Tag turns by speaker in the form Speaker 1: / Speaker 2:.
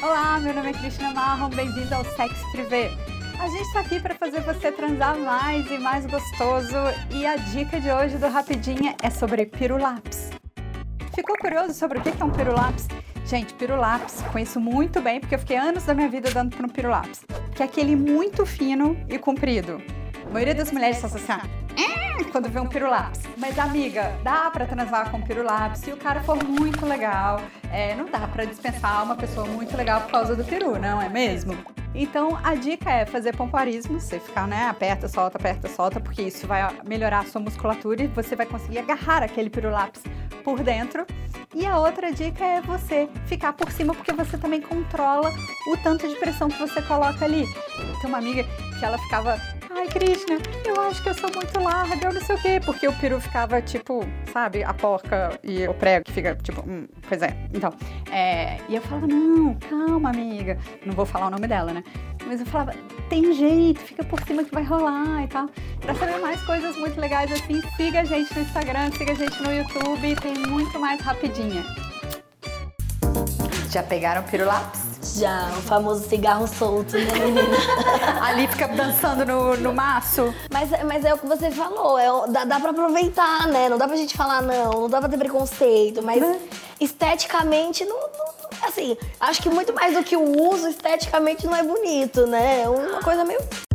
Speaker 1: Olá, meu nome é Cristina Marrom, bem-vindo ao Sex Privé. A gente está aqui para fazer você transar mais e mais gostoso e a dica de hoje do Rapidinha é sobre pirulaps. Ficou curioso sobre o que é um pirulaps? Gente, pirulaps, conheço muito bem porque eu fiquei anos da minha vida dando para um pirulaps, que é aquele muito fino e comprido. A maioria das mulheres só assim, quando vê um pirulaps. Mas, amiga, dá pra transar com pirulaps se o cara for muito legal. Não dá pra dispensar uma pessoa muito legal por causa do peru, não é mesmo? Então, a dica é fazer pompoarismo, você ficar, aperta, solta, porque isso vai melhorar a sua musculatura e você vai conseguir agarrar aquele pirulaps por dentro. E a outra dica é você ficar por cima, porque você também controla o tanto de pressão que você coloca ali. Tem uma amiga que ela ficava... Ai, Krishna, eu acho que eu sou muito larga, eu não sei o quê. Porque o peru ficava, tipo, sabe, a porca e o prego que fica, tipo, pois é. Então, e eu falava, não, calma, amiga. Não vou falar o nome dela, né? Mas eu falava, tem jeito, fica por cima que vai rolar e tal. Pra saber mais coisas muito legais assim, siga a gente no Instagram, siga a gente no YouTube, tem muito mais Rapidinha. Já pegaram pirulaps?
Speaker 2: Já, o famoso cigarro solto, né, menina?
Speaker 1: Ali fica dançando no maço.
Speaker 2: Mas é o que você falou, dá pra aproveitar, né? Não dá pra gente falar não dá pra ter preconceito, mas esteticamente assim, acho que muito mais do que o uso, esteticamente não é bonito, né? É uma coisa meio